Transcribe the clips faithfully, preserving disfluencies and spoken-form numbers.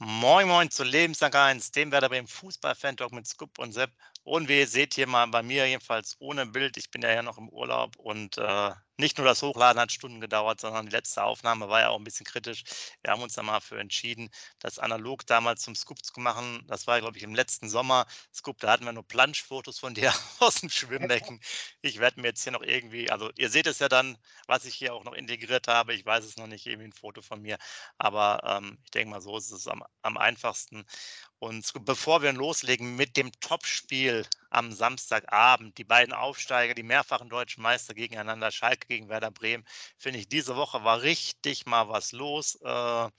Moin Moin zu Lebenslang eins, dem Werder Bremen Fußball-Fan-Talk mit Scoop und Sepp. Und wie ihr seht hier mal bei mir jedenfalls ohne Bild, ich bin ja ja noch im Urlaub und äh, nicht nur das Hochladen hat Stunden gedauert, sondern die letzte Aufnahme war ja auch ein bisschen kritisch. Wir haben uns da mal für entschieden, das analog damals zum Scoop zu machen. Das war, glaube ich, im letzten Sommer. Scoop, da hatten wir nur Planschfotos von dir aus dem Schwimmbecken. Ich werde mir jetzt hier noch irgendwie, also ihr seht es ja dann, was ich hier auch noch integriert habe. Ich weiß es noch nicht, irgendwie ein Foto von mir. Aber ähm, ich denke mal, so ist es am, am einfachsten. Und so, bevor wir loslegen mit dem Topspiel am Samstagabend, die beiden Aufsteiger, die mehrfachen deutschen Meister gegeneinander, Schalke gegen Werder Bremen, finde ich, diese Woche war richtig mal was los äh,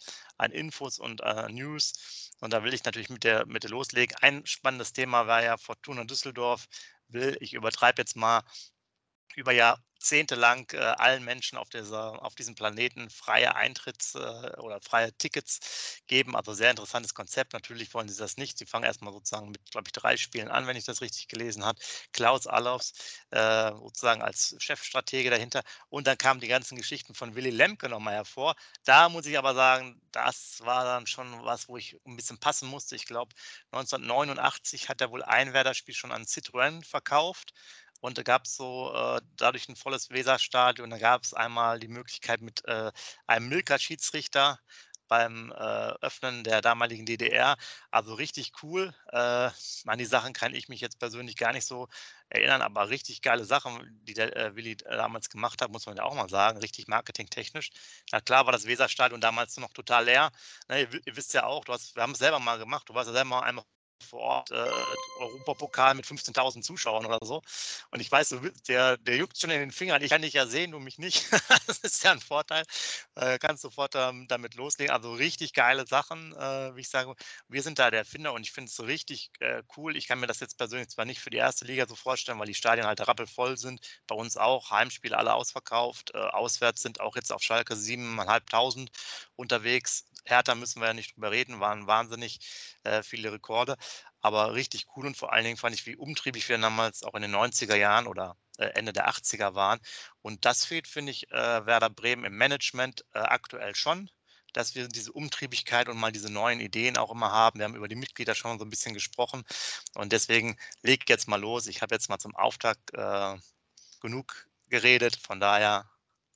an Infos und äh, News. Und da will ich natürlich mit der, mit der loslegen. Ein spannendes Thema war ja Fortuna Düsseldorf. Will, ich übertreibe jetzt mal, über Jahrzehnte lang äh, allen Menschen auf, dieser, auf diesem Planeten freie Eintritts- äh, oder freie Tickets geben. Also sehr interessantes Konzept. Natürlich wollen sie das nicht. Sie fangen erstmal sozusagen mit, glaube ich, drei Spielen an, wenn ich das richtig gelesen habe. Klaus Allofs äh, sozusagen als Chefstratege dahinter. Und dann kamen die ganzen Geschichten von Willy Lemke nochmal hervor. Da muss ich aber sagen, das war dann schon was, wo ich ein bisschen passen musste. Ich glaube, neunzehnhundertneunundachtzig hat er wohl ein Werder-Spiel schon an Citroën verkauft. Und da gab es so äh, dadurch ein volles Weserstadion. Da gab es einmal die Möglichkeit mit äh, einem Milka-Schiedsrichter beim äh, Öffnen der damaligen D D R. Also richtig cool. Äh, an die Sachen kann ich mich jetzt persönlich gar nicht so erinnern, aber richtig geile Sachen, die der äh, Willi damals gemacht hat, muss man ja auch mal sagen, richtig marketingtechnisch. Na klar war das Weserstadion damals noch total leer. Ne, ihr, ihr wisst ja auch, du hast, wir haben es selber mal gemacht, du warst ja selber mal einmal vor Ort, äh, Europapokal mit fünfzehntausend Zuschauern oder so. Und ich weiß, du, der, der juckt schon in den Fingern. Ich kann dich ja sehen, du mich nicht. Das ist ja ein Vorteil. Äh, kannst sofort ähm, damit loslegen. Also richtig geile Sachen, äh, wie ich sage. Wir sind da der Erfinder und ich finde es so richtig äh, cool. Ich kann mir das jetzt persönlich zwar nicht für die erste Liga so vorstellen, weil die Stadien halt rappelvoll sind. Bei uns auch. Heimspiele alle ausverkauft. Äh, auswärts sind auch jetzt auf Schalke siebentausendfünfhundert unterwegs. Hertha müssen wir ja nicht drüber reden, waren wahnsinnig äh, viele Rekorde. Aber richtig cool und vor allen Dingen fand ich, wie umtriebig wir damals auch in den neunziger Jahren oder äh, Ende der achtziger waren. Und das fehlt, finde ich, äh, Werder Bremen im Management äh, aktuell schon, dass wir diese Umtriebigkeit und mal diese neuen Ideen auch immer haben. Wir haben über die Mitglieder schon so ein bisschen gesprochen und deswegen leg jetzt mal los. Ich habe jetzt mal zum Auftakt äh, genug geredet, von daher,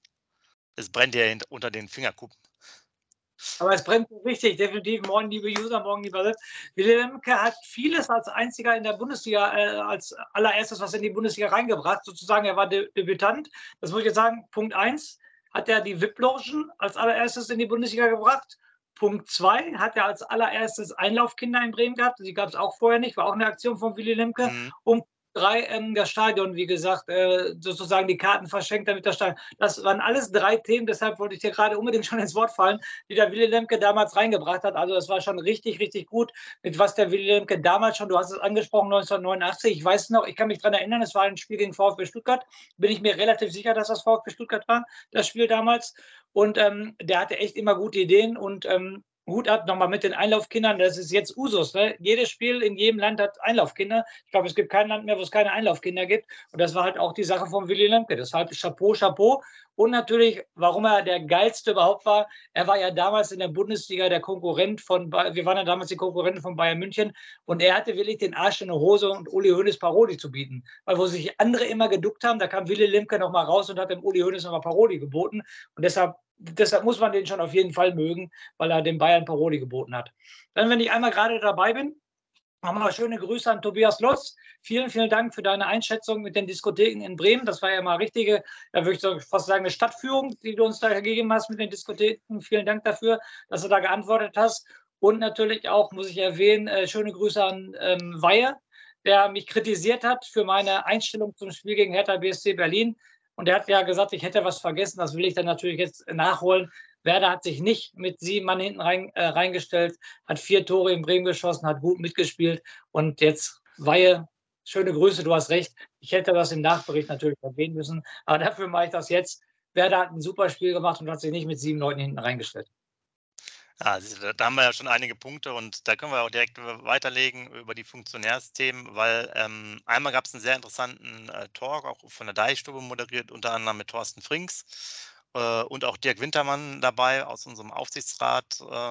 es brennt ja unter den Fingerkuppen. Aber es brennt richtig, definitiv. Morgen, liebe User, morgen, lieber Sepp. Willy Lemke hat vieles als einziger in der Bundesliga, äh, als allererstes was in die Bundesliga reingebracht. Sozusagen, er war De Debütant. Das muss ich jetzt sagen. Punkt eins hat er die V I P-Logen als allererstes in die Bundesliga gebracht. Punkt zwei hat er als allererstes Einlaufkinder in Bremen gehabt. Die gab es auch vorher nicht, war auch eine Aktion von Willy Lemke. Mhm. Und drei ähm, das Stadion, wie gesagt, äh, sozusagen die Karten verschenkt, damit das Stadion. Das waren alles drei Themen, deshalb wollte ich dir gerade unbedingt schon ins Wort fallen, die der Willy Lemke damals reingebracht hat. Also das war schon richtig, richtig gut, mit was der Willy Lemke damals schon, du hast es angesprochen, neunzehnhundertneunundachtzig, ich weiß noch, ich kann mich daran erinnern, es war ein Spiel gegen VfB Stuttgart, bin ich mir relativ sicher, dass das VfB Stuttgart war, das Spiel damals. Und ähm, der hatte echt immer gute Ideen und ähm, Hut ab nochmal mit den Einlaufkindern. Das ist jetzt Usus. Ne? Jedes Spiel in jedem Land hat Einlaufkinder. Ich glaube, es gibt kein Land mehr, wo es keine Einlaufkinder gibt. Und das war halt auch die Sache von Willy Lemke. Deshalb Chapeau, Chapeau. Und natürlich, warum er der geilste überhaupt war, er war ja damals in der Bundesliga der Konkurrent von, wir waren ja damals die Konkurrenten von Bayern München und er hatte wirklich den Arsch in der Hose und Uli Hoeneß Paroli zu bieten. Weil wo sich andere immer geduckt haben, da kam Willy Lemke nochmal raus und hat dem Uli Hoeneß nochmal Paroli geboten. Und deshalb, deshalb muss man den schon auf jeden Fall mögen, weil er dem Bayern Paroli geboten hat. Dann, wenn ich einmal gerade dabei bin, nochmal schöne Grüße an Tobias Lotz. Vielen, vielen Dank für deine Einschätzung mit den Diskotheken in Bremen. Das war ja mal richtige, da würde ich fast sagen, eine Stadtführung, die du uns da gegeben hast mit den Diskotheken. Vielen Dank dafür, dass du da geantwortet hast. Und natürlich auch, muss ich erwähnen, äh, schöne Grüße an ähm, Weihe, der mich kritisiert hat für meine Einstellung zum Spiel gegen Hertha B S C Berlin. Und er hat ja gesagt, ich hätte was vergessen. Das will ich dann natürlich jetzt nachholen. Werder hat sich nicht mit sieben Mann hinten rein, äh, reingestellt, hat vier Tore in Bremen geschossen, hat gut mitgespielt. Und jetzt Weihe, schöne Grüße, du hast recht. Ich hätte das im Nachbericht natürlich erwähnen müssen. Aber dafür mache ich das jetzt. Werder hat ein super Spiel gemacht und hat sich nicht mit sieben Leuten hinten reingestellt. Ja, da haben wir ja schon einige Punkte und da können wir auch direkt weiterlegen über die Funktionärsthemen, weil ähm, einmal gab es einen sehr interessanten äh, Talk, auch von der Deichstube moderiert, unter anderem mit Thorsten Frings äh, und auch Dirk Wintermann dabei aus unserem Aufsichtsrat. Ähm,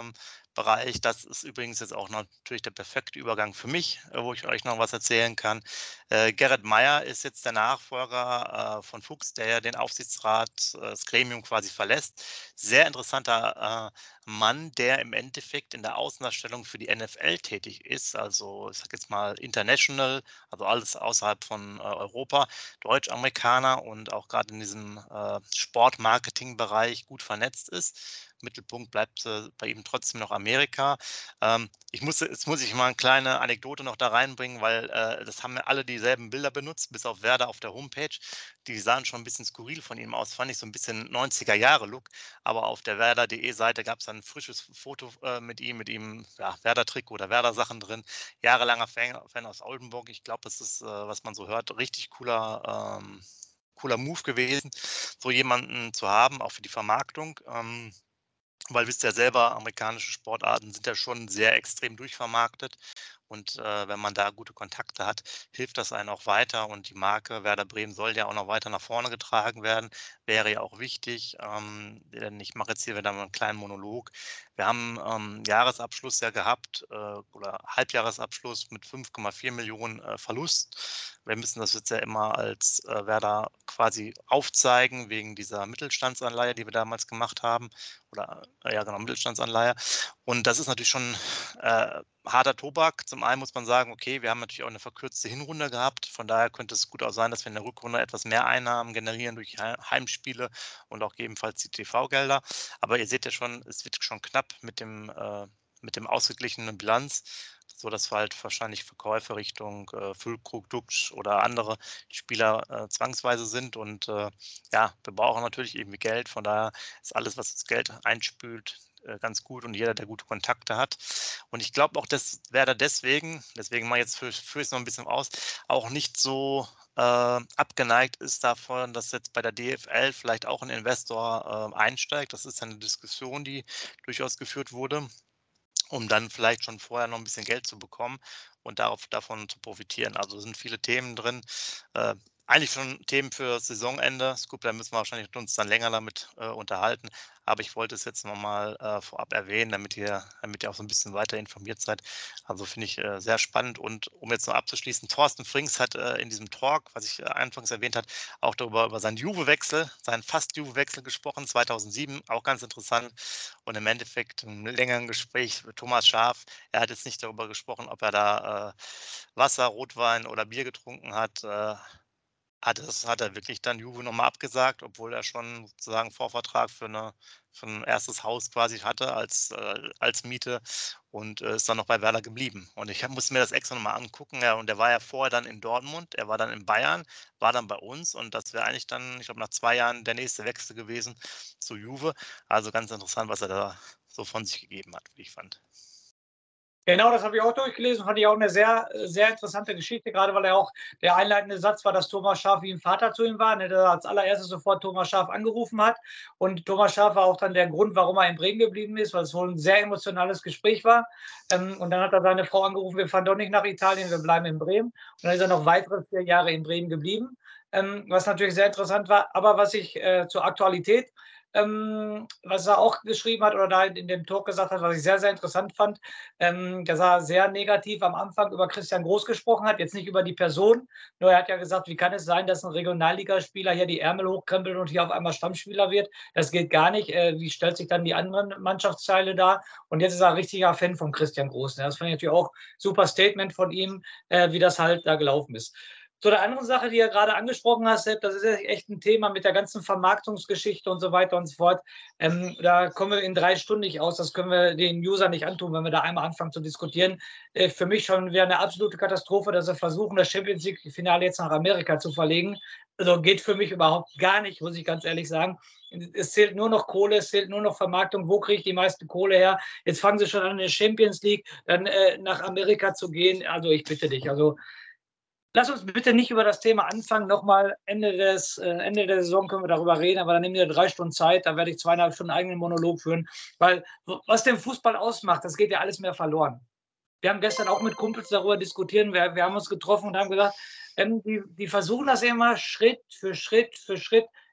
Bereich. Das ist übrigens jetzt auch natürlich der perfekte Übergang für mich, äh, wo ich euch noch was erzählen kann. Äh, Gerrit Meyer ist jetzt der Nachfolger äh, von Fuchs, der ja den Aufsichtsrat, äh, das Gremium quasi verlässt. Sehr interessanter äh, Mann, der im Endeffekt in der Außendarstellung für die N F L tätig ist, also ich sage jetzt mal international, also alles außerhalb von äh, Europa, Deutsch-Amerikaner und auch gerade in diesem äh, Sportmarketing-Bereich gut vernetzt ist. Mittelpunkt bleibt äh, bei ihm trotzdem noch Amerika. Ähm, ich muss, jetzt muss ich mal eine kleine Anekdote noch da reinbringen, weil äh, das haben ja alle dieselben Bilder benutzt, bis auf Werder auf der Homepage. Die sahen schon ein bisschen skurril von ihm aus, fand ich so ein bisschen neunziger-Jahre-Look. Aber auf der werder punkt de-Seite gab es ein frisches Foto äh, mit ihm, mit ihm, ja, Werder-Trikot oder Werder-Sachen drin. Jahrelanger Fan, Fan aus Oldenburg. Ich glaube, das ist, äh, was man so hört, richtig cooler, ähm, cooler Move gewesen, so jemanden zu haben, auch für die Vermarktung. Ähm, weil wisst ihr selber, amerikanische Sportarten sind ja schon sehr extrem durchvermarktet. Und äh, wenn man da gute Kontakte hat, hilft das einem auch weiter. Und die Marke Werder Bremen soll ja auch noch weiter nach vorne getragen werden. Wäre ja auch wichtig. Ähm, denn ich mache jetzt hier wieder mal einen kleinen Monolog. Wir haben ähm, Jahresabschluss ja gehabt äh, oder Halbjahresabschluss mit fünf Komma vier Millionen äh, Verlust. Wir müssen das jetzt ja immer als äh, Werder quasi aufzeigen, wegen dieser Mittelstandsanleihe, die wir damals gemacht haben. Oder äh, ja, genau, Mittelstandsanleihe. Und das ist natürlich schon äh, harter Tobak. Zum einen muss man sagen, okay, wir haben natürlich auch eine verkürzte Hinrunde gehabt. Von daher könnte es gut auch sein, dass wir in der Rückrunde etwas mehr Einnahmen generieren durch Heimspiele und auch gegebenenfalls die T V-Gelder. Aber ihr seht ja schon, es wird schon knapp mit dem, äh, mit dem ausgeglichenen Bilanz, sodass wir halt wahrscheinlich Verkäufe Richtung äh, Füllkrug, Duxch oder andere Spieler äh, zwangsweise sind. Und äh, ja, wir brauchen natürlich irgendwie Geld. Von daher ist alles, was uns Geld einspült, ganz gut und jeder, der gute Kontakte hat. Und ich glaube auch, dass Werder deswegen, deswegen mal jetzt führe führ ich es noch ein bisschen aus, auch nicht so äh, abgeneigt ist davon, dass jetzt bei der D F L vielleicht auch ein Investor äh, einsteigt. Das ist ja eine Diskussion, die durchaus geführt wurde, um dann vielleicht schon vorher noch ein bisschen Geld zu bekommen und darauf, davon zu profitieren. Also sind viele Themen drin. Äh, eigentlich schon Themen für Saisonende. Scoop, da müssen wir wahrscheinlich uns dann länger damit äh, unterhalten. Aber ich wollte es jetzt nochmal äh, vorab erwähnen, damit ihr, damit ihr auch so ein bisschen weiter informiert seid. Also finde ich äh, sehr spannend. Und um jetzt noch abzuschließen, Thorsten Frings hat äh, in diesem Talk, was ich äh, anfangs erwähnt habe, auch darüber über seinen Juve-Wechsel, seinen Fast-Juve-Wechsel gesprochen, zweitausendsieben, auch ganz interessant. Und im Endeffekt im längeren Gespräch mit Thomas Schaaf, er hat jetzt nicht darüber gesprochen, ob er da äh, Wasser, Rotwein oder Bier getrunken hat. Äh, hat, das hat er wirklich dann Juve nochmal abgesagt, obwohl er schon sozusagen Vorvertrag für, eine, für ein erstes Haus quasi hatte als, äh, als Miete und äh, ist dann noch bei Werder geblieben. Und ich hab, musste mir das extra nochmal angucken. Ja, und der war ja vorher dann in Dortmund, er war dann in Bayern, war dann bei uns und das wäre eigentlich dann, ich glaube, nach zwei Jahren der nächste Wechsel gewesen zu Juve. Also ganz interessant, was er da so von sich gegeben hat, wie ich fand. Genau, das habe ich auch durchgelesen. Fand ich auch eine sehr, sehr interessante Geschichte, gerade weil er auch der einleitende Satz war, dass Thomas Schaaf wie ein Vater zu ihm war, ne, der als allererstes sofort Thomas Schaaf angerufen hat. Und Thomas Schaaf war auch dann der Grund, warum er in Bremen geblieben ist, weil es wohl ein sehr emotionales Gespräch war. Ähm, und dann hat er seine Frau angerufen, wir fahren doch nicht nach Italien, wir bleiben in Bremen. Und dann ist er noch weitere vier Jahre in Bremen geblieben, ähm, was natürlich sehr interessant war. Aber was ich äh, zur Aktualität ähm, was er auch geschrieben hat oder da in dem Talk gesagt hat, was ich sehr, sehr interessant fand, ähm, dass er sehr negativ am Anfang über Christian Groß gesprochen hat, jetzt nicht über die Person, nur er hat ja gesagt, wie kann es sein, dass ein Regionalligaspieler hier die Ärmel hochkrempelt und hier auf einmal Stammspieler wird? Das geht gar nicht. Äh, wie stellt sich dann die anderen Mannschaftsteile dar? Und jetzt ist er ein richtiger Fan von Christian Groß. Das fand ich natürlich auch super Statement von ihm, äh, wie das halt da gelaufen ist. Zu der anderen Sache, die ihr gerade angesprochen hast, Sepp, das ist echt ein Thema mit der ganzen Vermarktungsgeschichte und so weiter und so fort. Ähm, da kommen wir in drei Stunden nicht aus. Das können wir den User nicht antun, wenn wir da einmal anfangen zu diskutieren. Äh, für mich schon wieder eine absolute Katastrophe, dass sie versuchen, das Champions League-Finale jetzt nach Amerika zu verlegen. Also geht für mich überhaupt gar nicht, muss ich ganz ehrlich sagen. Es zählt nur noch Kohle, es zählt nur noch Vermarktung. Wo kriege ich die meiste Kohle her? Jetzt fangen sie schon an, in der Champions League dann äh, nach Amerika zu gehen. Also ich bitte dich. Also lass uns bitte nicht über das Thema anfangen. Nochmal Ende, des, äh, Ende der Saison können wir darüber reden, aber dann nehmen wir drei Stunden Zeit, da werde ich zweieinhalb Stunden eigenen Monolog führen, weil was den Fußball ausmacht, das geht ja alles mehr verloren. Wir haben gestern auch mit Kumpels darüber diskutiert, wir, wir haben uns getroffen und haben gesagt, ähm, die, die versuchen das immer Schritt für Schritt für Schritt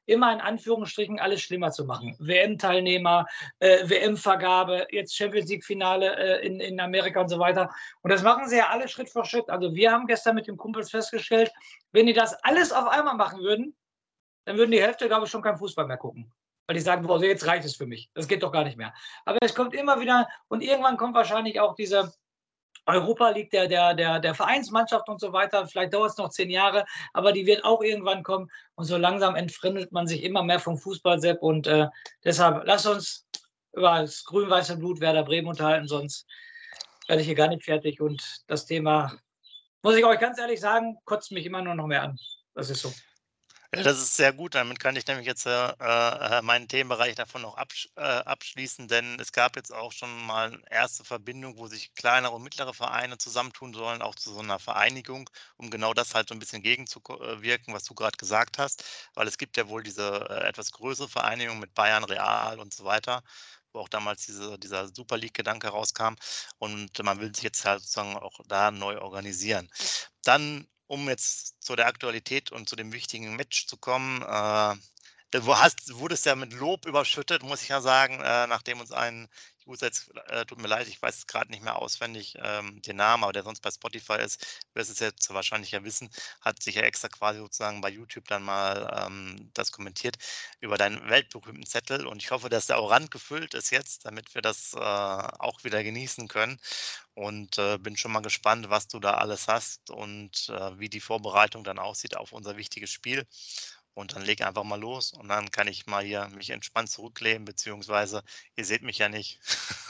immer in Anführungsstrichen alles schlimmer zu machen. W M-Teilnehmer, äh, W M-Vergabe, jetzt Champions League-Finale äh, in, in Amerika und so weiter. Und das machen sie ja alle Schritt für Schritt. Also wir haben gestern mit dem Kumpels festgestellt, wenn die das alles auf einmal machen würden, dann würden die Hälfte, glaube ich, schon keinen Fußball mehr gucken. Weil die sagen, boah, jetzt reicht es für mich. Das geht doch gar nicht mehr. Aber es kommt immer wieder, und irgendwann kommt wahrscheinlich auch diese Europa League der, der, der, der Vereinsmannschaft und so weiter. Vielleicht dauert es noch zehn Jahre, aber die wird auch irgendwann kommen. Und so langsam entfremdet man sich immer mehr vom Fußball, Sepp. Und äh, deshalb, lass uns über das grün-weiße Blut Werder Bremen unterhalten, sonst werde ich hier gar nicht fertig. Und das Thema, muss ich euch ganz ehrlich sagen, kotzt mich immer nur noch mehr an. Das ist so. Ja, das ist sehr gut. Damit kann ich nämlich jetzt äh, äh, meinen Themenbereich davon noch absch äh, abschließen, denn es gab jetzt auch schon mal eine erste Verbindung, wo sich kleinere und mittlere Vereine zusammentun sollen, auch zu so einer Vereinigung, um genau das halt so ein bisschen gegenzuwirken, was du gerade gesagt hast. Weil es gibt ja wohl diese äh, etwas größere Vereinigung mit Bayern, Real und so weiter, wo auch damals diese, dieser Super League-Gedanke rauskam. Und man will sich jetzt halt sozusagen auch da neu organisieren. Dann, um jetzt zu der Aktualität und zu dem wichtigen Match zu kommen, äh, du hast, wurdest ja mit Lob überschüttet, muss ich ja sagen, äh, nachdem uns ein User jetzt, äh, tut mir leid, ich weiß gerade nicht mehr auswendig ähm, den Namen, aber der sonst bei Spotify ist, wirst es jetzt wahrscheinlich ja wissen, hat sich ja extra quasi sozusagen bei YouTube dann mal ähm, das kommentiert über deinen weltberühmten Zettel, und ich hoffe, dass der auch randgefüllt ist jetzt, damit wir das äh, auch wieder genießen können. Und äh, bin schon mal gespannt, was du da alles hast und äh, wie die Vorbereitung dann aussieht auf unser wichtiges Spiel. Und dann leg einfach mal los und dann kann ich mal hier mich entspannt zurücklehnen, beziehungsweise ihr seht mich ja nicht,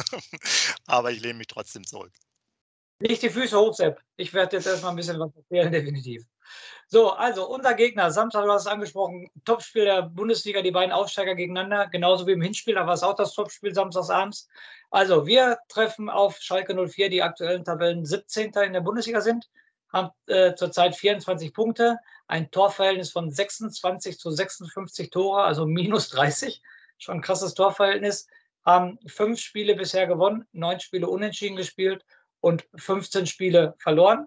aber ich lehne mich trotzdem zurück. Nicht die Füße hoch, Sepp. Ich werde jetzt erstmal ein bisschen was erzählen, definitiv. So, also unser Gegner, Samstag, du hast es angesprochen, Topspiel der Bundesliga, die beiden Aufsteiger gegeneinander, genauso wie im Hinspiel, da war es auch das Topspiel samstagsabends. Also wir treffen auf Schalke null vier, die aktuellen Tabellen siebzehnter in der Bundesliga sind, haben äh, zurzeit vierundzwanzig Punkte, ein Torverhältnis von sechsundzwanzig zu sechsundfünfzig Tore, also minus dreißig, schon ein krasses Torverhältnis, haben fünf Spiele bisher gewonnen, neun Spiele unentschieden gespielt und fünfzehn Spiele verloren.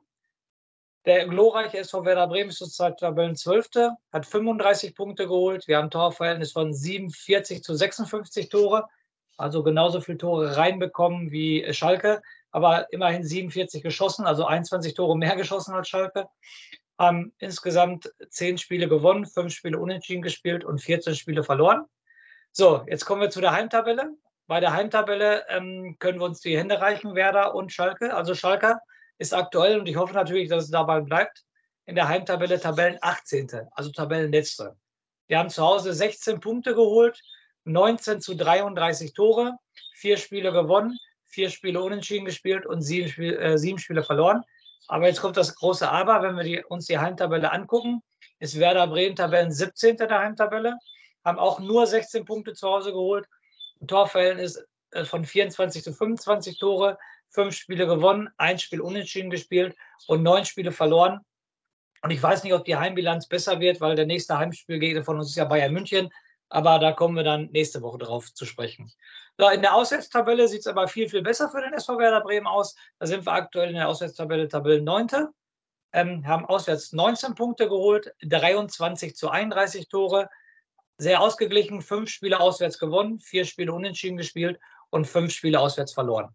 Der glorreiche S V Werder Bremen ist zurzeit Tabellenzwölfter, hat fünfunddreißig Punkte geholt. Wir haben ein Torverhältnis von siebenundvierzig zu sechsundfünfzig Tore, also genauso viele Tore reinbekommen wie Schalke, aber immerhin siebenundvierzig geschossen, also einundzwanzig Tore mehr geschossen als Schalke. Haben insgesamt zehn Spiele gewonnen, fünf Spiele unentschieden gespielt und vierzehn Spiele verloren. So, jetzt kommen wir zu der Heimtabelle. Bei der Heimtabelle ähm, können wir uns die Hände reichen, Werder und Schalke. Also Schalke ist aktuell, und ich hoffe natürlich, dass es dabei bleibt, in der Heimtabelle Tabellen achtzehnte, also Tabellenletzte. Wir haben zu Hause sechzehn Punkte geholt, neunzehn zu dreiunddreißig Tore, vier Spiele gewonnen, vier Spiele unentschieden gespielt und sieben, Spiel, äh, sieben Spiele verloren. Aber jetzt kommt das große Aber, wenn wir die, uns die Heimtabelle angucken, ist Werder Bremen Tabellen siebzehnte der Heimtabelle, haben auch nur sechzehn Punkte zu Hause geholt, ein Torverhältnis von vierundzwanzig zu fünfundzwanzig Tore, fünf Spiele gewonnen, ein Spiel unentschieden gespielt und neun Spiele verloren. Und ich weiß nicht, ob die Heimbilanz besser wird, weil der nächste Heimspielgegner von uns ist ja Bayern München. Aber da kommen wir dann nächste Woche drauf zu sprechen. So, in der Auswärtstabelle sieht es aber viel, viel besser für den S V Werder Bremen aus. Da sind wir aktuell in der Auswärtstabelle Tabellenneunte. Ähm, haben auswärts neunzehn Punkte geholt, dreiundzwanzig zu einunddreißig Tore. Sehr ausgeglichen, fünf Spiele auswärts gewonnen, vier Spiele unentschieden gespielt und fünf Spiele auswärts verloren.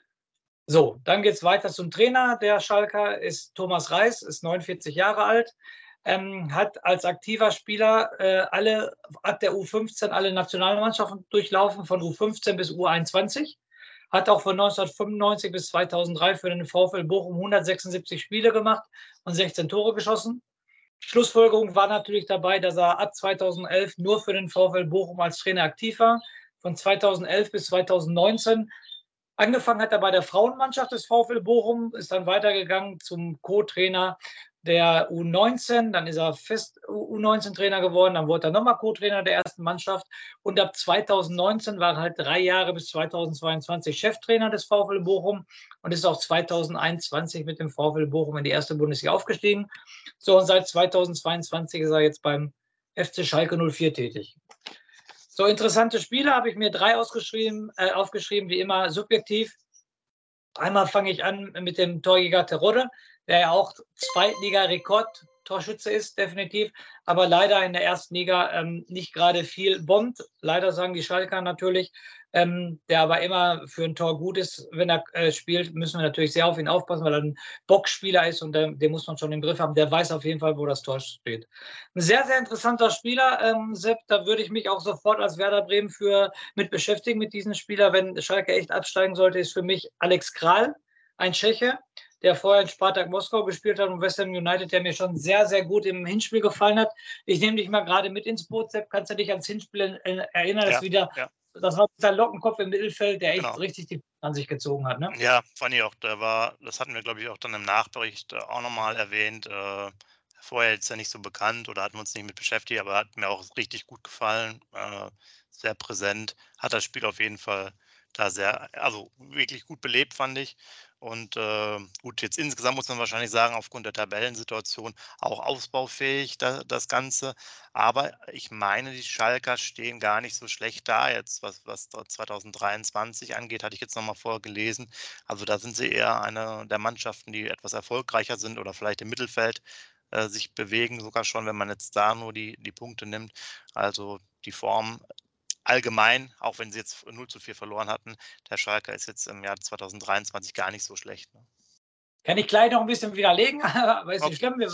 So, dann geht es weiter zum Trainer. Der Schalker ist Thomas Reis, ist neunundvierzig Jahre alt, ähm, hat als aktiver Spieler äh, alle ab der U fünfzehn alle Nationalmannschaften durchlaufen, von U fünfzehn bis U einundzwanzig. Hat auch von neunzehnhundertfünfundneunzig bis zweitausenddrei für den VfL Bochum hundertsechsundsiebzig Spiele gemacht und sechzehn Tore geschossen. Schlussfolgerung war natürlich dabei, dass er ab zweitausendelf nur für den VfL Bochum als Trainer aktiv war. Von zweitausendelf bis zweitausendneunzehn. Angefangen hat er bei der Frauenmannschaft des VfL Bochum, ist dann weitergegangen zum Co-Trainer der U neunzehn, dann ist er fest U neunzehn-Trainer geworden, dann wurde er nochmal Co-Trainer der ersten Mannschaft und ab zweitausendneunzehn war er halt drei Jahre bis zweitausendzweiundzwanzig Cheftrainer des VfL Bochum und ist auch zweitausendeinundzwanzig mit dem VfL Bochum in die erste Bundesliga aufgestiegen. So, und seit zweitausendzweiundzwanzig ist er jetzt beim F C Schalke null vier tätig. So, interessante Spiele habe ich mir drei ausgeschrieben, äh, aufgeschrieben, wie immer subjektiv. Einmal fange ich an mit dem Torjäger Terodde, der ja auch Zweitliga-Rekord Torschütze ist, definitiv, aber leider in der ersten Liga ähm, nicht gerade viel bombt. Leider sagen die Schalker natürlich, ähm, der aber immer für ein Tor gut ist, wenn er äh, spielt, müssen wir natürlich sehr auf ihn aufpassen, weil er ein Boxspieler ist und äh, den muss man schon im Griff haben. Der weiß auf jeden Fall, wo das Tor steht. Ein sehr, sehr interessanter Spieler, ähm, Sepp, da würde ich mich auch sofort als Werder Bremen für mit beschäftigen mit diesem Spieler. Wenn Schalke echt absteigen sollte, ist für mich Alex Kral, ein Tscheche, der vorher in Spartak Moskau gespielt hat und West Ham United, der mir schon sehr, sehr gut im Hinspiel gefallen hat. Ich nehme dich mal gerade mit ins Boot, Sepp. Kannst du dich ans Hinspiel erinnern? Das Ja, wieder, ja, das war dieser Lockenkopf im Mittelfeld, der echt genau. richtig die an sich gezogen hat. Ne? Ja, fand ich auch, der war, das hatten wir, glaube ich, auch dann im Nachbericht äh, auch nochmal erwähnt. Äh, vorher jetzt ja nicht so bekannt oder hatten wir uns nicht mit beschäftigt, aber hat mir auch richtig gut gefallen. Äh, sehr präsent, hat das Spiel auf jeden Fall da sehr, also wirklich gut belebt, fand ich. Und äh, gut, jetzt insgesamt muss man wahrscheinlich sagen, aufgrund der Tabellensituation auch ausbaufähig, da, das Ganze. Aber ich meine, die Schalker stehen gar nicht so schlecht da jetzt, was, was dort zwanzig dreiundzwanzig angeht, hatte ich jetzt nochmal vorher gelesen. Also da sind sie eher eine der Mannschaften, die etwas erfolgreicher sind oder vielleicht im Mittelfeld äh, sich bewegen, sogar schon, wenn man jetzt da nur die, die Punkte nimmt. Also die Form allgemein, auch wenn sie jetzt null zu vier verloren hatten, der Schalker ist jetzt im Jahr zwanzig dreiundzwanzig gar nicht so schlecht. Ne? Kann ich gleich noch ein bisschen widerlegen, aber ist nicht Okay. schlimm. Wir,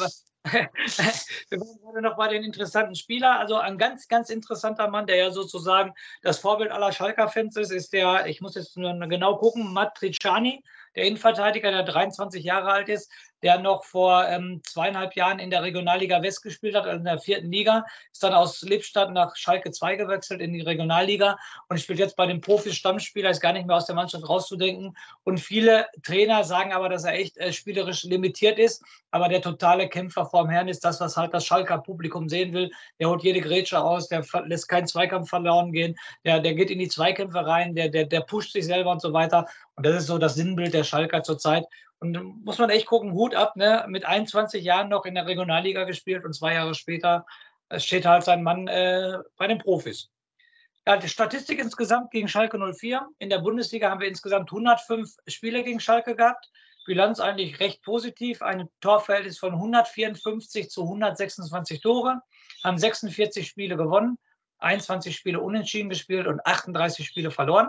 wir waren gerade noch bei den interessanten Spielern. Also ein ganz, ganz interessanter Mann, der ja sozusagen das Vorbild aller Schalker-Fans ist, ist der, ich muss jetzt nur genau gucken, Matriciani, der Innenverteidiger, der dreiundzwanzig Jahre alt ist, der noch vor ähm, zweieinhalb Jahren in der Regionalliga West gespielt hat, also in der vierten Liga, ist dann aus Lippstadt nach Schalke zwei gewechselt in die Regionalliga und spielt jetzt bei den Profis Stammspieler, ist gar nicht mehr aus der Mannschaft rauszudenken. Und viele Trainer sagen aber, dass er echt äh, spielerisch limitiert ist, aber der totale Kämpfer vorm Herrn ist das, was halt das Schalker Publikum sehen will. Der holt jede Grätsche aus, der lässt keinen Zweikampf verloren gehen, der, der geht in die Zweikämpfe rein, der, der, der pusht sich selber und so weiter. Und das ist so das Sinnbild der Schalker zurzeit. Und da muss man echt gucken, Hut ab, ne? Mit einundzwanzig Jahren noch in der Regionalliga gespielt und zwei Jahre später steht halt sein Mann äh, bei den Profis. Ja, die Statistik insgesamt gegen Schalke null vier. In der Bundesliga haben wir insgesamt hundertfünf Spiele gegen Schalke gehabt. Bilanz eigentlich recht positiv. Ein Torverhältnis von hundertvierundfünfzig zu hundertsechsundzwanzig Tore. Haben sechsundvierzig Spiele gewonnen, einundzwanzig Spiele unentschieden gespielt und achtunddreißig Spiele verloren.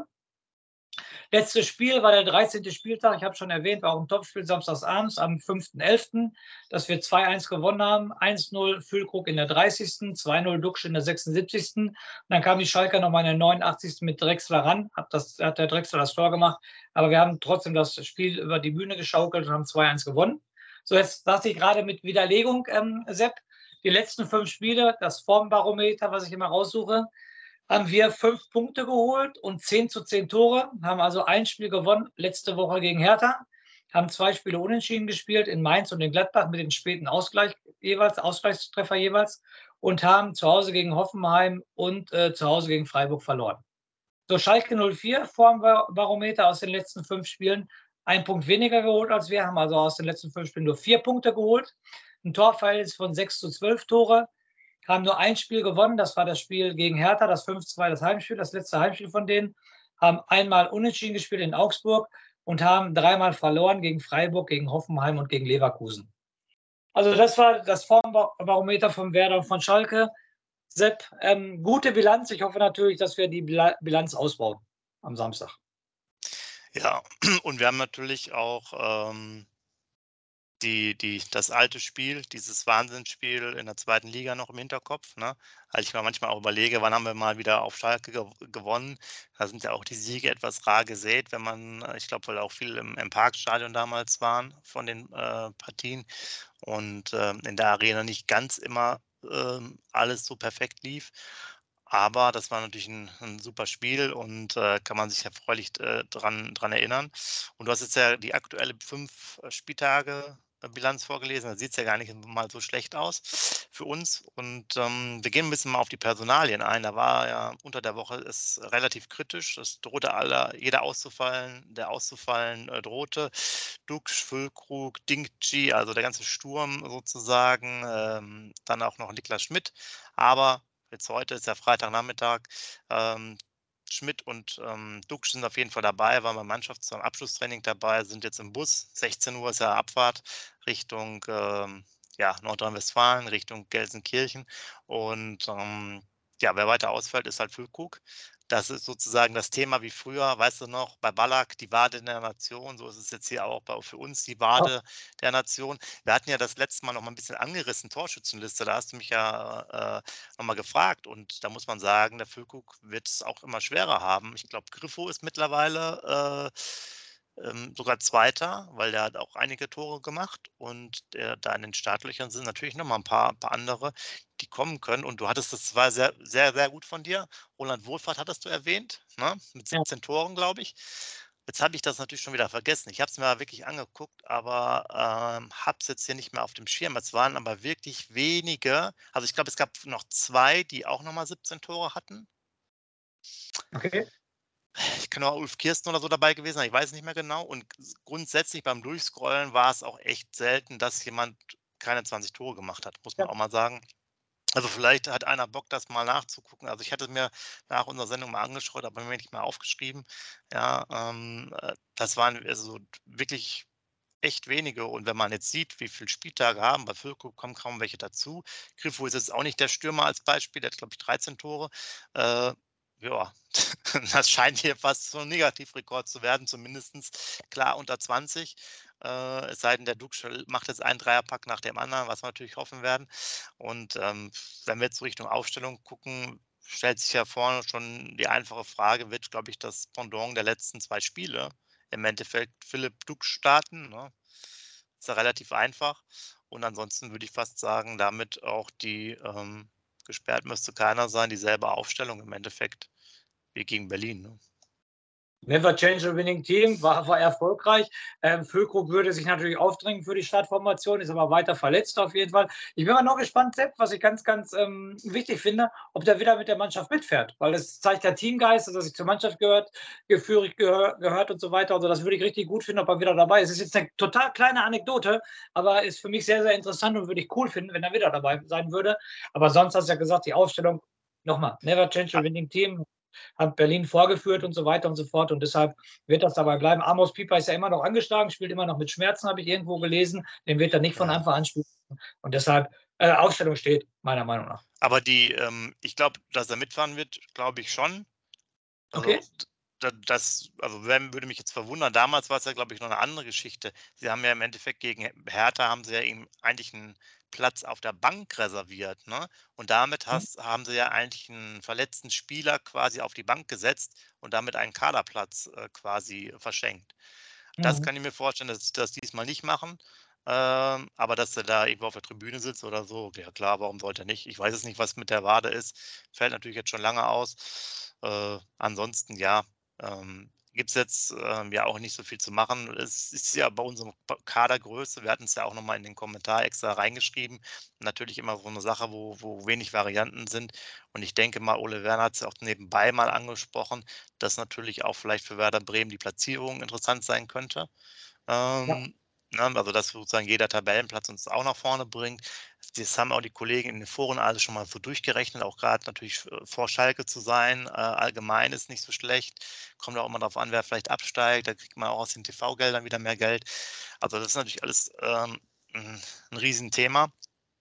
Letztes Spiel war der dreizehnte Spieltag. Ich habe schon erwähnt, war auch ein Topspiel samstagsabends am fünften elften, dass wir zwei eins gewonnen haben. eins null Füllkrug in der dreißigsten zwei null Duxch in der sechsundsiebzigsten Und dann kam die Schalker nochmal in der neunundachtzigsten mit Drexler ran. Hat, das, hat der Drexler das Tor gemacht. Aber wir haben trotzdem das Spiel über die Bühne geschaukelt und haben zwei eins gewonnen. So, jetzt dachte ich gerade mit Widerlegung, ähm, Sepp, die letzten fünf Spiele, das Formbarometer, was ich immer raussuche, haben wir fünf Punkte geholt und zehn zu zehn Tore, haben also ein Spiel gewonnen, letzte Woche gegen Hertha, haben zwei Spiele unentschieden gespielt in Mainz und in Gladbach mit den späten Ausgleich jeweils, Ausgleichstreffer jeweils und haben zu Hause gegen Hoffenheim und äh, zu Hause gegen Freiburg verloren. So, Schalke null vier, Formbarometer aus den letzten fünf Spielen, ein Punkt weniger geholt als wir, haben also aus den letzten fünf Spielen nur vier Punkte geholt. Ein Torverhältnis von sechs zu zwölf Tore, haben nur ein Spiel gewonnen, das war das Spiel gegen Hertha, das fünf zwei, das Heimspiel, das letzte Heimspiel von denen, haben einmal unentschieden gespielt in Augsburg und haben dreimal verloren gegen Freiburg, gegen Hoffenheim und gegen Leverkusen. Also das war das Formbarometer von Werder und von Schalke. Sepp, ähm, gute Bilanz. Ich hoffe natürlich, dass wir die Bilanz ausbauen am Samstag. Ja, und wir haben natürlich auch ähm, die, die, das alte Spiel, dieses Wahnsinnsspiel in der zweiten Liga noch im Hinterkopf. Ne? Also ich mir manchmal auch überlege, wann haben wir mal wieder auf Schalke ge gewonnen. Da sind ja auch die Siege etwas rar gesät, wenn man, ich glaube, weil auch viel im, im Parkstadion damals waren von den äh, Partien und äh, in der Arena nicht ganz immer äh, alles so perfekt lief. Aber das war natürlich ein, ein super Spiel und äh, kann man sich erfreulich äh, dran, dran erinnern. Und du hast jetzt ja die aktuelle fünf äh, Spieltage äh, Bilanz vorgelesen. Da sieht es ja gar nicht mal so schlecht aus für uns. Und ähm, wir gehen ein bisschen mal auf die Personalien ein. Da war ja unter der Woche ist relativ kritisch. Es drohte aller, jeder auszufallen, der auszufallen äh, drohte. Duxch, Füllkrug, Dingchi, also der ganze Sturm sozusagen. Ähm, dann auch noch Niklas Schmidt. Aber jetzt heute ist ja Freitagnachmittag. Ähm, Schmidt und ähm, Duxch sind auf jeden Fall dabei, waren beim Mannschafts- und Abschlusstraining dabei, sind jetzt im Bus. sechzehn Uhr ist ja Abfahrt Richtung ähm, ja, Nordrhein-Westfalen Richtung Gelsenkirchen. Und ähm, ja, wer weiter ausfällt, ist halt Füllkrug. Das ist sozusagen das Thema wie früher, weißt du noch, bei Ballack die Wade der Nation, so ist es jetzt hier auch bei, für uns die Wade der Nation. Wir hatten ja das letzte Mal noch mal ein bisschen angerissen, Torschützenliste, da hast du mich ja äh, noch mal gefragt und da muss man sagen, der Füllkrug wird es auch immer schwerer haben. Ich glaube, Griffo ist mittlerweile äh, ähm, sogar Zweiter, weil der hat auch einige Tore gemacht und der, da in den Startlöchern sind natürlich noch mal ein paar, paar andere, die kommen können und du hattest, das war sehr, sehr, sehr gut von dir. Roland Wohlfahrt hattest du erwähnt, ne? Mit Ja. siebzehn Toren, glaube ich. Jetzt habe ich das natürlich schon wieder vergessen. Ich habe es mir wirklich angeguckt, aber ähm, habe es jetzt hier nicht mehr auf dem Schirm. Es waren aber wirklich wenige. Also ich glaube, es gab noch zwei, die auch nochmal siebzehn Tore hatten. Okay. Ich kann auch Ulf Kirsten oder so dabei gewesen sein, ich weiß es nicht mehr genau. Und grundsätzlich beim Durchscrollen war es auch echt selten, dass jemand keine zwanzig Tore gemacht hat, muss man Ja. auch mal sagen. Also vielleicht hat einer Bock, das mal nachzugucken. Also ich hatte mir nach unserer Sendung mal angeschaut, aber mir nicht mal aufgeschrieben. Ja, ähm, äh, das waren also wirklich echt wenige. Und wenn man jetzt sieht, wie viele Spieltage haben, bei Füllkrug kommen kaum welche dazu. Griffo ist jetzt auch nicht der Stürmer als Beispiel, der hat, glaube ich, dreizehn Tore. Äh, ja, das scheint hier fast so ein Negativrekord zu werden, zumindest klar unter zwanzig. Äh, es sei denn, der Duxch macht jetzt einen Dreierpack nach dem anderen, was wir natürlich hoffen werden. Und ähm, wenn wir jetzt so Richtung Aufstellung gucken, stellt sich ja vorne schon die einfache Frage, wird, glaube ich, das Pendant der letzten zwei Spiele im Endeffekt Philipp Duxch starten, ne? Ist ja relativ einfach. Und ansonsten würde ich fast sagen, damit auch die ähm, gesperrt müsste keiner sein, dieselbe Aufstellung im Endeffekt wie gegen Berlin, ne? Never change a winning team, war, war erfolgreich. Ähm, Füllkrug würde sich natürlich aufdrängen für die Startformation, ist aber weiter verletzt auf jeden Fall. Ich bin mal noch gespannt, Sepp, was ich ganz, ganz ähm, wichtig finde, ob der wieder mit der Mannschaft mitfährt, weil das zeigt der Teamgeist, dass er sich zur Mannschaft gehört, geführig gehör, gehört und so weiter. Also das würde ich richtig gut finden, ob er wieder dabei ist. Es ist jetzt eine total kleine Anekdote, aber ist für mich sehr, sehr interessant und würde ich cool finden, wenn er wieder dabei sein würde. Aber sonst hast du ja gesagt, die Aufstellung, nochmal, never change a winning team. Hat Berlin vorgeführt und so weiter und so fort. Und deshalb wird das dabei bleiben. Amos Pieper ist ja immer noch angeschlagen, spielt immer noch mit Schmerzen, habe ich irgendwo gelesen. Den wird er nicht von Ja. Anfang an spielen. Und deshalb, äh, Aufstellung steht, meiner Meinung nach. Aber die, ähm, ich glaube, dass er mitfahren wird, glaube ich schon. Also Okay. da, das, also wenn, würde mich jetzt verwundern. Damals war es ja, glaube ich, noch eine andere Geschichte. Sie haben ja im Endeffekt gegen Hertha haben sie ja ihm eigentlich einen Platz auf der Bank reserviert, ne? Und damit Mhm. hast, haben sie ja eigentlich einen verletzten Spieler quasi auf die Bank gesetzt und damit einen Kaderplatz äh, quasi verschenkt. Das Mhm. kann ich mir vorstellen, dass sie das diesmal nicht machen. Ähm, aber dass er da irgendwo auf der Tribüne sitzt oder so, ja klar, warum sollte er nicht? Ich weiß es nicht, was mit der Wade ist. Fällt natürlich jetzt schon lange aus. Äh, ansonsten, ja, ähm, gibt es jetzt ähm, ja auch nicht so viel zu machen. Es ist ja bei unserem Kadergröße, wir hatten es ja auch nochmal in den Kommentar extra reingeschrieben, natürlich immer so eine Sache, wo, wo wenig Varianten sind. Und ich denke mal, Ole Werner hat es ja auch nebenbei mal angesprochen, dass natürlich auch vielleicht für Werder Bremen die Platzierung interessant sein könnte. Ja. Ähm, ne, also dass sozusagen jeder Tabellenplatz uns auch nach vorne bringt. Das haben auch die Kollegen in den Foren alle schon mal so durchgerechnet, auch gerade natürlich äh, vor Schalke zu sein. Äh, allgemein ist nicht so schlecht. Kommt auch immer darauf an, wer vielleicht absteigt. Da kriegt man auch aus den T V-Geldern wieder mehr Geld. Also das ist natürlich alles ähm, ein, ein Riesenthema.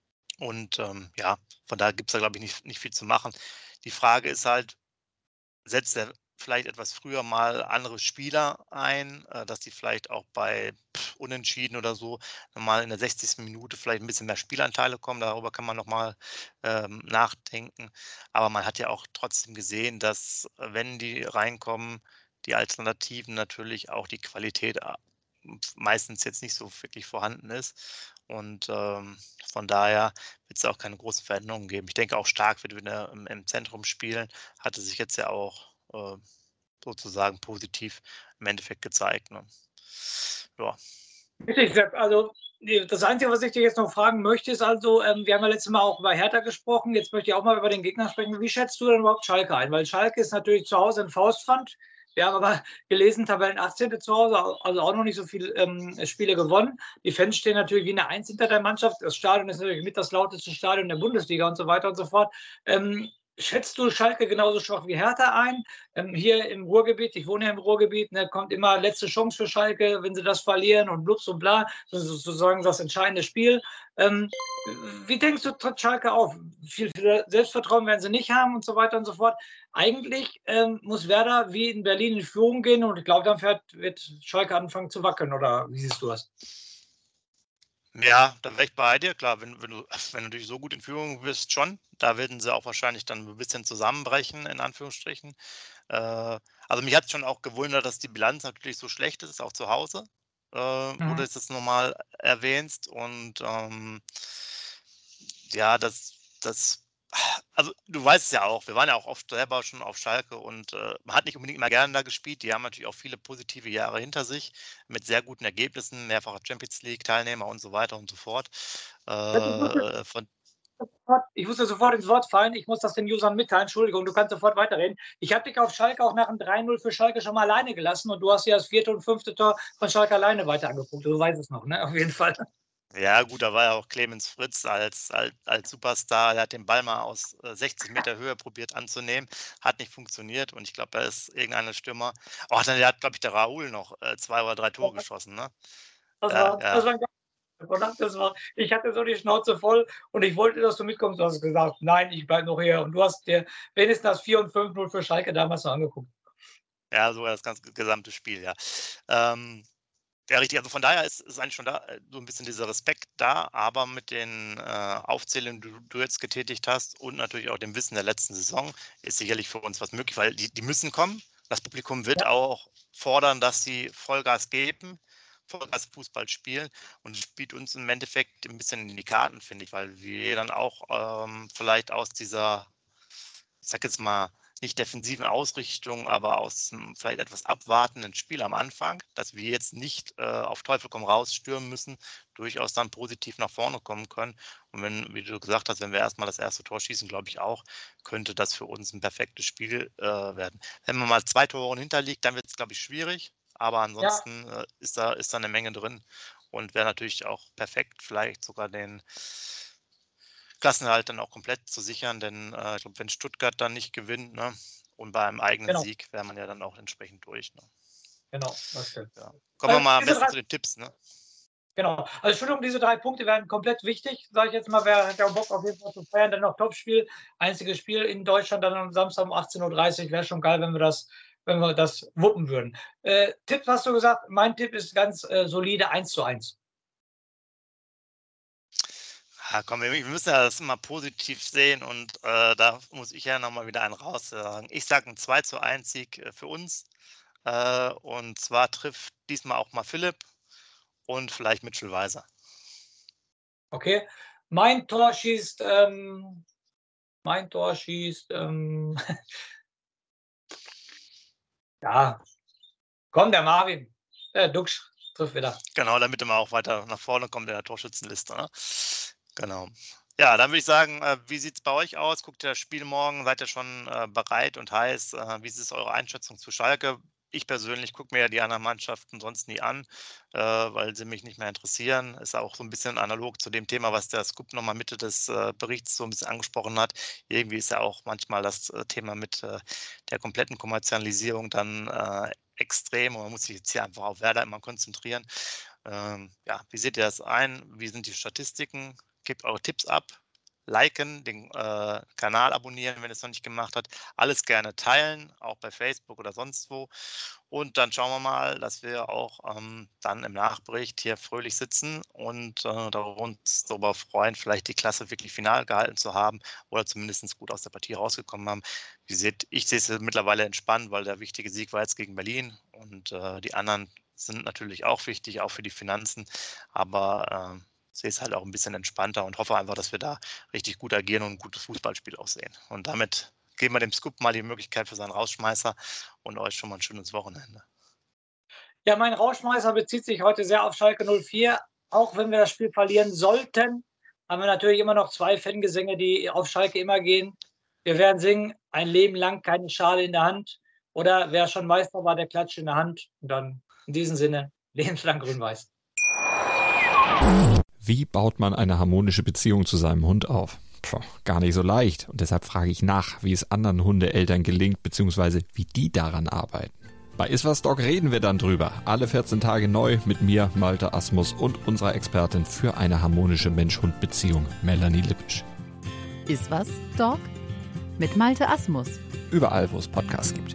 Und ähm, ja, von daher gibt es da, glaube ich, nicht, nicht viel zu machen. Die Frage ist halt, setzt er vielleicht etwas früher mal andere Spieler ein, äh, dass die vielleicht auch bei pff, Unentschieden oder so mal in der sechzigsten Minute vielleicht ein bisschen mehr Spielanteile kommen. Darüber kann man noch mal ähm, nachdenken. Aber man hat ja auch trotzdem gesehen, dass, äh, wenn die reinkommen, die Alternativen natürlich auch die Qualität a meistens jetzt nicht so wirklich vorhanden ist. Und ähm, von daher wird es auch keine großen Veränderungen geben. Ich denke auch, Stark wird wieder im im Zentrum spielen. Hatte sich jetzt ja auch, äh, sozusagen positiv im Endeffekt gezeigt, ne? Ja. Richtig, Sepp. Also die- das Einzige, was ich dir jetzt noch fragen möchte, ist also, ähm, wir haben ja letztes Mal auch über Hertha gesprochen, jetzt möchte ich auch mal über den Gegner sprechen. Wie schätzt du denn überhaupt Schalke ein? Weil Schalke ist natürlich zu Hause ein Faustpfand. Wir haben aber gelesen, Tabellen achtzehnten zu Hause, also auch noch nicht so viele ähm, Spiele gewonnen. Die Fans stehen natürlich wie eine Eins hinter der Mannschaft. Das Stadion ist natürlich mit das lauteste Stadion der Bundesliga und so weiter und so fort. Ähm, Schätzt du Schalke genauso schwach wie Hertha ein? Ähm, hier im Ruhrgebiet, ich wohne ja im Ruhrgebiet, ne, kommt immer letzte Chance für Schalke, wenn sie das verlieren und blups und bla, das ist sozusagen das entscheidende Spiel. Ähm, wie denkst du, tritt Schalke auf? Viel, viel Selbstvertrauen werden sie nicht haben und so weiter und so fort. Eigentlich ähm, muss Werder wie in Berlin in Führung gehen und ich glaube, dann wird, wird Schalke anfangen zu wackeln, oder wie siehst du das? Ja, da wäre ich bei dir. Klar, wenn, wenn, du, wenn du natürlich so gut in Führung bist, schon. Da werden sie auch wahrscheinlich dann ein bisschen zusammenbrechen, in Anführungsstrichen. Äh, also mich hat es schon auch gewundert, dass die Bilanz natürlich so schlecht ist, auch zu Hause, äh, wo du Mhm. es jetzt nochmal erwähnst. Und ähm, ja, das, das, also du weißt es ja auch, wir waren ja auch oft selber schon auf Schalke und äh, man hat nicht unbedingt immer gerne da gespielt. Die haben natürlich auch viele positive Jahre hinter sich mit sehr guten Ergebnissen, mehrfacher Champions League-Teilnehmer und so weiter und so fort. Äh, von, Ich muss dir sofort ins Wort fallen. Ich muss das den Usern mitteilen. Entschuldigung, du kannst sofort weiterreden. Ich habe dich auf Schalke auch nach dem drei null für Schalke schon mal alleine gelassen und du hast ja das vierte und fünfte Tor von Schalke alleine weiter angeguckt. Du weißt es noch, ne? Auf jeden Fall. ja, gut, da war ja auch Clemens Fritz als, als, als Superstar. Der hat den Ball mal aus äh, sechzig Meter Höhe probiert anzunehmen, hat nicht funktioniert und ich glaube, da ist irgendeiner Stürmer. Oh, dann hat, glaube ich, der Raoul noch äh, zwei oder drei Tore geschossen, ne? Das Ja, war, das ja. war ein verdammt, das war, ich hatte so die Schnauze voll und ich wollte, dass du mitkommst. Du hast gesagt, nein, ich bleibe noch hier. Und du hast dir wenigstens das vier und fünf null für Schalke damals noch angeguckt. Ja, sogar das ganze gesamte Spiel, ja. Ähm, ja, richtig. Also von daher ist, ist eigentlich schon da äh, so ein bisschen dieser Respekt da, aber mit den äh, Aufzählungen, die du, du jetzt getätigt hast und natürlich auch dem Wissen der letzten Saison, ist sicherlich für uns was möglich, weil die, die müssen kommen. Das Publikum wird Ja, auch fordern, dass sie Vollgas geben, Vollgas Fußball spielen und es spielt uns im Endeffekt ein bisschen in die Karten, finde ich, weil wir dann auch ähm, vielleicht aus dieser, ich sag jetzt mal, nicht defensiven Ausrichtung, aber aus einem vielleicht etwas abwartenden Spiel am Anfang, dass wir jetzt nicht äh, auf Teufel komm raus stürmen müssen, durchaus dann positiv nach vorne kommen können. Und wenn, wie du gesagt hast, wenn wir erstmal das erste Tor schießen, glaube ich auch, könnte das für uns ein perfektes Spiel äh, werden. Wenn man mal zwei Tore hinterliegt, dann wird es, glaube ich, schwierig. Aber ja, ansonsten äh, ist, da, ist da eine Menge drin und wäre natürlich auch perfekt, vielleicht sogar den Klassenerhalt dann auch komplett zu sichern, denn äh, ich glaube, wenn Stuttgart dann nicht gewinnt, ne, und bei einem eigenen genau, Sieg wäre man ja dann auch entsprechend durch. Ne? genau, das stimmt. Ja. Kommen wir Äh, mal am diese besten drei zu den Tipps. Ne? Genau. Also Entschuldigung, diese drei Punkte werden komplett wichtig, sage ich jetzt mal. Wer hat ja Bock auf jeden Fall zu feiern, dann noch Topspiel. Einziges Spiel in Deutschland dann am Samstag um achtzehn Uhr dreißig. Wäre schon geil, wenn wir das, wenn wir das wuppen würden. Äh, Tipp hast du gesagt, mein Tipp ist ganz äh, solide eins zu eins. Ja, komm, wir, wir müssen ja das immer positiv sehen und äh, da muss ich ja nochmal wieder einen raus sagen. Ich sage einen zwei zu eins Sieg äh, für uns äh, und zwar trifft diesmal auch mal Philipp und vielleicht Mitchell Weiser. Okay. Mein Tor schießt, ähm, mein Tor schießt, ähm, ja, komm, der Marvin. Der Duxch trifft wieder. Genau, damit er auch weiter nach vorne kommt in der Torschützenliste. Ne? Genau. Ja, dann würde ich sagen, äh, wie sieht es bei euch aus? Guckt ihr das Spiel morgen? Seid ihr schon äh, bereit und heiß? Äh, wie ist eure Einschätzung zu Schalke? Ich persönlich gucke mir ja die anderen Mannschaften sonst nie an, äh, weil sie mich nicht mehr interessieren. Ist auch so ein bisschen analog zu dem Thema, was der Scoop nochmal Mitte des äh, Berichts so ein bisschen angesprochen hat. Irgendwie ist ja auch manchmal das äh, Thema mit äh, der kompletten Kommerzialisierung dann äh, extrem und man muss sich jetzt hier einfach auf Werder immer konzentrieren. Ähm, ja, wie seht ihr das ein? Wie sind die Statistiken? Gebt eure Tipps ab, liken, den äh, Kanal abonnieren, wenn ihr es noch nicht gemacht habt. Alles gerne teilen, auch bei Facebook oder sonst wo. Und dann schauen wir mal, dass wir auch ähm, dann im Nachbericht hier fröhlich sitzen und äh, uns darüber freuen, vielleicht die Klasse wirklich final gehalten zu haben oder zumindest gut aus der Partie rausgekommen haben. Wie seht, ich sehe es mittlerweile entspannt, weil der wichtige Sieg war jetzt gegen Berlin und äh, die anderen sind natürlich auch wichtig, auch für die Finanzen. Aber äh, sehe es halt auch ein bisschen entspannter und hoffe einfach, dass wir da richtig gut agieren und ein gutes Fußballspiel auch sehen. Und damit geben wir dem Scoop mal die Möglichkeit für seinen Rausschmeißer und euch schon mal ein schönes Wochenende. Ja, mein Rauschmeißer bezieht sich heute sehr auf Schalke null vier. Auch wenn wir das Spiel verlieren sollten, haben wir natürlich immer noch zwei Fangesänge, die auf Schalke immer gehen. Wir werden singen, ein Leben lang keine Schale in der Hand. Oder wer schon Meister war, der klatscht in der Hand. Und dann in diesem Sinne, lebenslang grün-weiß. Wie baut man eine harmonische Beziehung zu seinem Hund auf? Puh, gar nicht so leicht. Und deshalb frage ich nach, wie es anderen Hundeeltern gelingt, beziehungsweise wie die daran arbeiten. Bei Iswas Dog reden wir dann drüber. Alle vierzehn Tage neu mit mir, Malte Asmus, und unserer Expertin für eine harmonische Mensch-Hund-Beziehung, Melanie Lippisch. Iswas Dog mit Malte Asmus. Überall, wo es Podcasts gibt.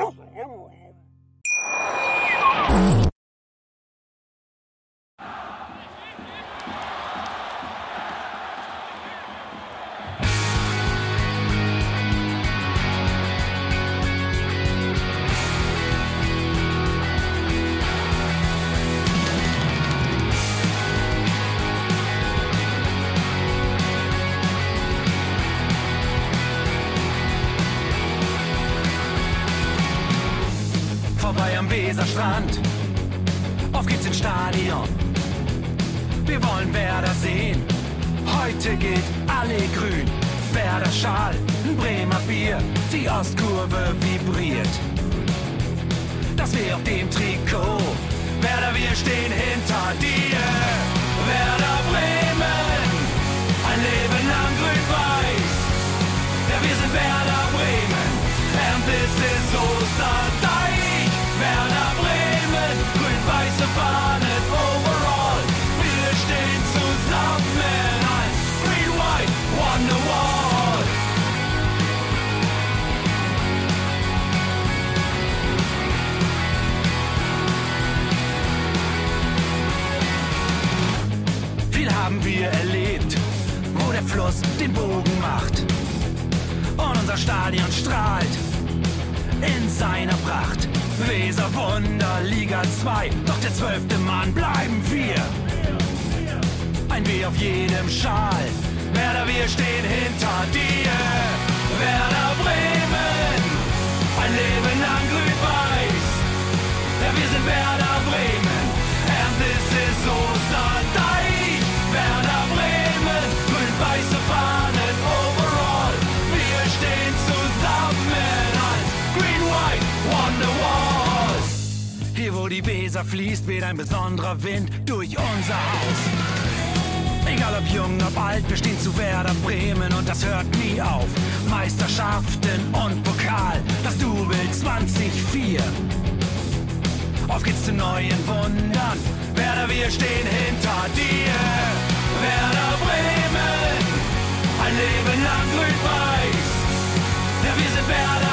Vorbei am Weserstrand, auf geht's ins Stadion. Wir wollen Werder sehen, heute geht alle grün. Werder Schal, ein Bremer Bier, die Ostkurve vibriert. Das weh auf dem Trikot, Werder, wir stehen hinter dir. Werder Bremen, ein Leben lang grün-weiß. Ja, wir sind Werder Bremen, and this is Osterdeich. Werder Bremen, grün-weiße Fahnen overall. Wir stehen zusammen als Green White Wonderwall. Viel haben wir erlebt, wo der Fluss den Bogen macht. Und unser Stadion strahlt in seiner Pracht. Weser Wunder, Liga zwei, doch der zwölfte Mann bleiben wir. Ein W auf jedem Schal, Werder, wir stehen hinter dir. Werder Bremen, ein Leben lang grün-weiß. Ja, wir sind Werder Bremen, and this is Osterdeich. Werder Bremen, grün-weiße Fahnen overall. Wir stehen zusammen als Green White Wonderwall. Hier wo die Weser fließt, weht ein besonderer Wind durch unser Haus. Egal ob jung, ob alt, wir stehen zu Werder Bremen und das hört nie auf. Meisterschaften und Pokal, das Double zwanzig vier. Auf geht's zu neuen Wundern, Werder, wir stehen hinter dir. Werder Bremen, ein Leben lang grün-weiß. Ja, wir sind Werder